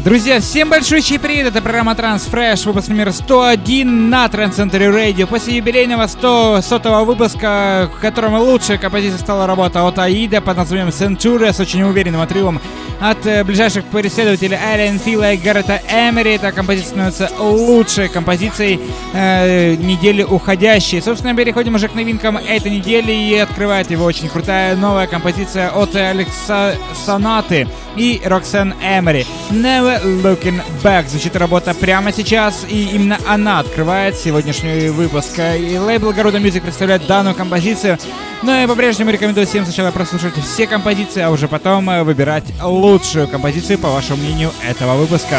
Друзья, всем большой привет, это программа Transfresh, выпуск номер 101 на Trend Center Radio. После юбилейного 100-го выпуска, в котором лучшей композицией стала работа от Аида под названием Centuria с очень уверенным отрывом от ближайших преследователей Ален Фила и Гаррета Эмери. Эта композиция становится лучшей композицией недели уходящей. Собственно, переходим уже к новинкам этой недели, и открывает его очень крутая новая композиция от Алекса Сонаты и Роксен Эмери. Never Looking Back. Звучит работа прямо сейчас, и именно она открывает сегодняшний выпуск. И лейбл Garuda Music представляет данную композицию. Но я по-прежнему рекомендую всем сначала прослушать все композиции, а уже потом выбирать лучшую композицию, по вашему мнению, этого выпуска.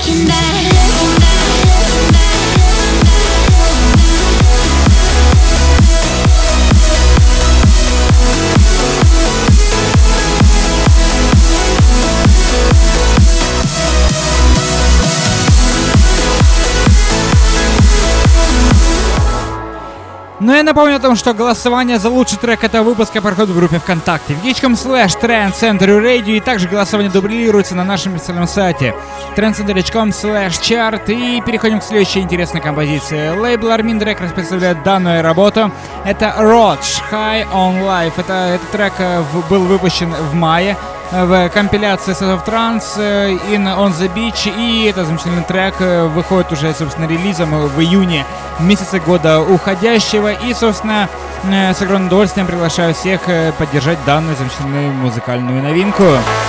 Но я напомню о том, что голосование за лучший трек этого выпуска проходит в группе ВКонтакте vk.com/Trend Center Radio, и также голосование дублируется на нашем официальном сайте trendcenter.com/chart. И переходим к следующей интересной композиции. Лейбл Armin Records представляет данную работу. Это Roach High on Life. Этот трек был выпущен в мае в компиляции Set of Trance in On The Beach, и этот замечательный трек выходит уже, собственно, релизом в июне месяце года уходящего, и, собственно, с огромным удовольствием приглашаю всех поддержать данную замечательную музыкальную новинку.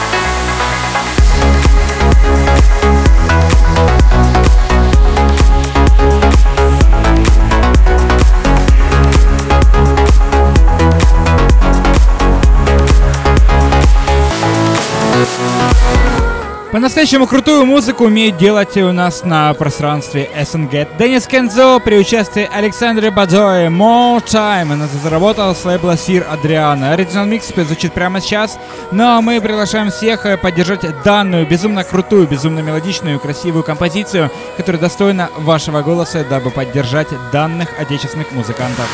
По-настоящему крутую музыку умеет делать у нас на пространстве СНГ. Денис Кензо при участии Александры Бадзои More Time. Она заработала с лейбла Sir Adriana. Original Mix звучит прямо сейчас. Но мы приглашаем всех поддержать данную безумно крутую, безумно мелодичную, красивую композицию, которая достойна вашего голоса, дабы поддержать данных отечественных музыкантов.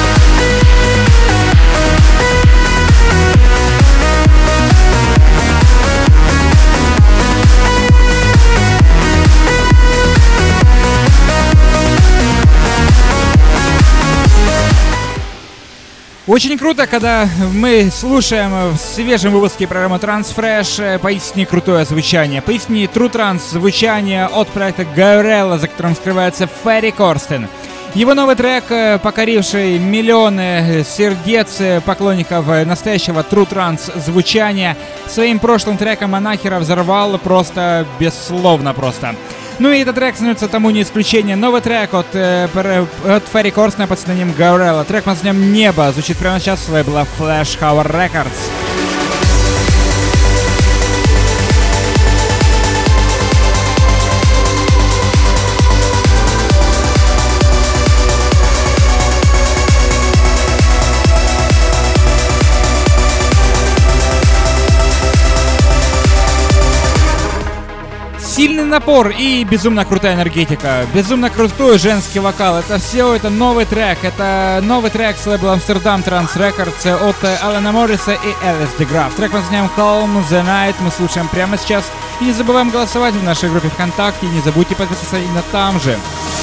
Очень круто, когда мы слушаем в свежем выпуске программы Transfresh поистине крутое звучание, поистине True Trance звучание от проекта Gaurella, за которым скрывается Ферри Корстен. Его новый трек, покоривший миллионы сердец поклонников настоящего True Trance звучания, своим прошлым треком Анахера взорвал просто бессловно просто. Ну и этот трек становится тому не исключение. Новый трек от Ферри Корстена под названием Gaurella. Трек под названием «Небо» звучит прямо сейчас с лейбла Flash Hour Records. Сильный напор и безумно крутая энергетика, безумно крутой женский вокал. Это все, это новый трек с лейбла Amsterdam Trance Records от Алана Морриса и Элис Деграф. Трек под названием Calm the Night мы слушаем прямо сейчас. И не забываем голосовать в нашей группе ВКонтакте, и не забудьте подписаться именно там же.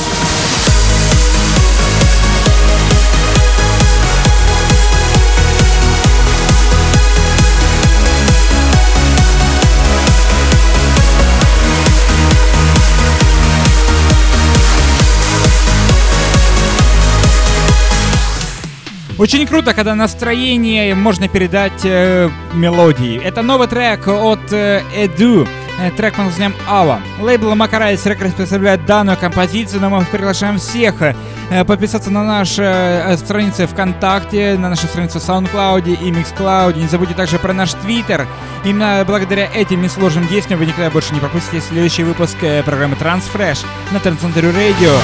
Очень круто, когда настроение можно передать мелодией. Это новый трек от Edu. Трек под названием Ава. Лейбл Macarais Records представляет данную композицию, но мы приглашаем всех подписаться на наши страницы ВКонтакте, на наши страницы в SoundCloud и MixCloud. Не забудьте также про наш Твиттер. Именно благодаря этим несложным действиям вы никогда больше не пропустите следующий выпуск программы Transfresh на Trend Center Radio.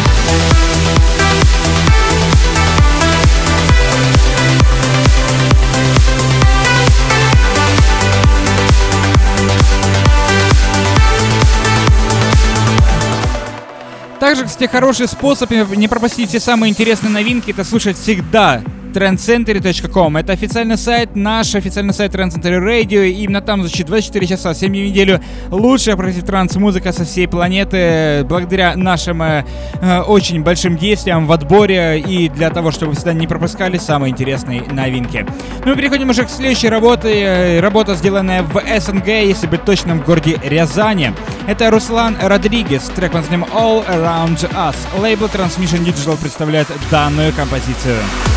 Также, кстати, хороший способ не пропустить все самые интересные новинки — это слушать всегда trendcentury.com. Это официальный сайт, наш официальный сайт Trend Century Radio. И именно там звучит 24 часа, 7 дней в неделю лучшая против транс-музыка со всей планеты. Благодаря нашим очень большим действиям в отборе и для того, чтобы вы всегда не пропускали самые интересные новинки. Ну и переходим уже к следующей работе. Работа, сделанная в СНГ, если быть точным, в городе Рязани. Это Руслан Родригес. Трек под названием All Around Us. Лейбл Transmission Digital представляет данную композицию.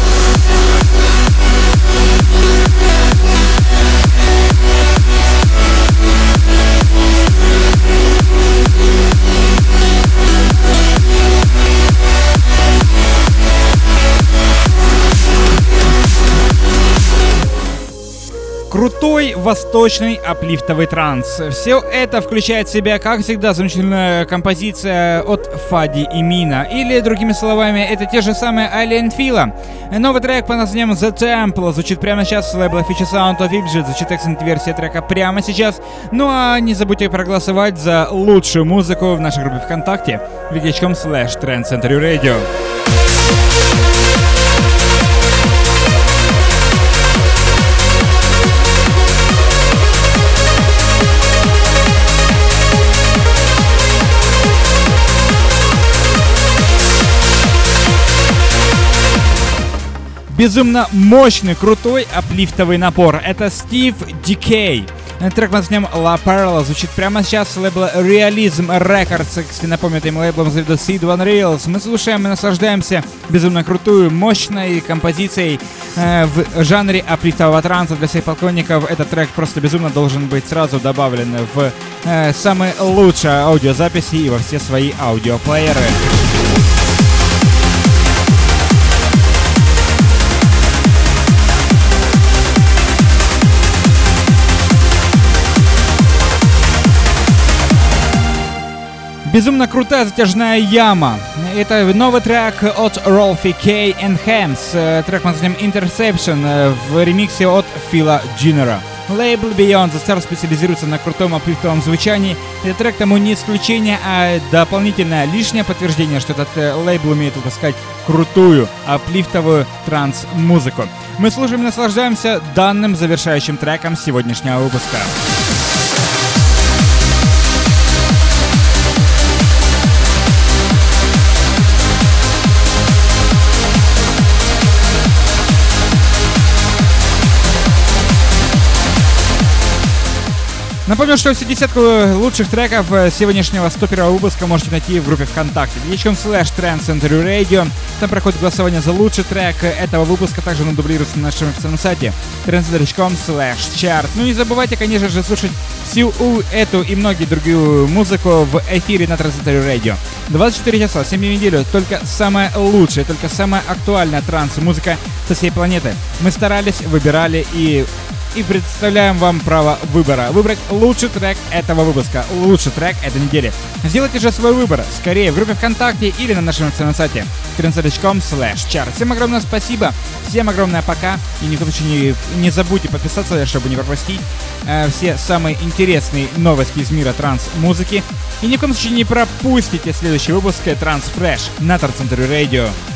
Крутой восточный аплифтовый транс. Все это включает в себя, как всегда, замечательная композиция от Фади и Мина. Или, другими словами, это те же самые Али и Фила. Новый трек под названием The Temple звучит прямо сейчас с лейбла Future Sound of Egypt. Звучит эксцент-версия трека прямо сейчас. Ну а не забудьте проголосовать за лучшую музыку в нашей группе ВКонтакте www.trend Century Radio. Безумно мощный, крутой аплифтовый напор. Это Steve Decay. Трек под названием La Perla звучит прямо сейчас с лейбла Realism Records. Если напомню, этим лейблом зовут Seed One Reels. Мы слушаем и наслаждаемся безумно крутую, мощной композицией в жанре аплифтового транса. Для всех поклонников этот трек просто безумно должен быть сразу добавлен в самые лучшие аудиозаписи и во все свои аудиоплееры. Безумно крутая затяжная яма. Это новый трек от Rolfie K and Hams. Трек под названием Interception в ремиксе от Фила Джиннера. Лейбл Beyond the Star специализируется на крутом аплифтовом звучании. Этот трек тому не исключение, а дополнительное лишнее подтверждение, что этот лейбл умеет выпускать крутую аплифтовую транс-музыку. Мы слушаем и наслаждаемся данным завершающим треком сегодняшнего выпуска. Напомню, что все десятку лучших треков сегодняшнего 101 выпуска можете найти в группе ВКонтакте www.trend Century Radio. Там проходит голосование за лучший трек этого выпуска. Также он дублируется на нашем официальном сайте trendcentury.com/chart. Ну и не забывайте, конечно же, слушать всю эту и многие другую музыку в эфире на Trend Century Radio. 24 часа, 7 дней в неделю. Только самая лучшая, только самая актуальная транс-музыка со всей планеты. Мы старались, выбирали и представляем вам право выбора. Выбрать лучший трек этого выпуска, лучший трек этой недели. Сделайте же свой выбор скорее в группе ВКонтакте или на нашем официальном сайте trendcentury.com/chart. Всем огромное спасибо, всем огромное пока. И ни в коем случае не забудьте подписаться, чтобы не пропустить все самые интересные новости из мира транс-музыки. И ни в коем случае не пропустите следующий выпуск Trans Fresh на Trend Century Radio.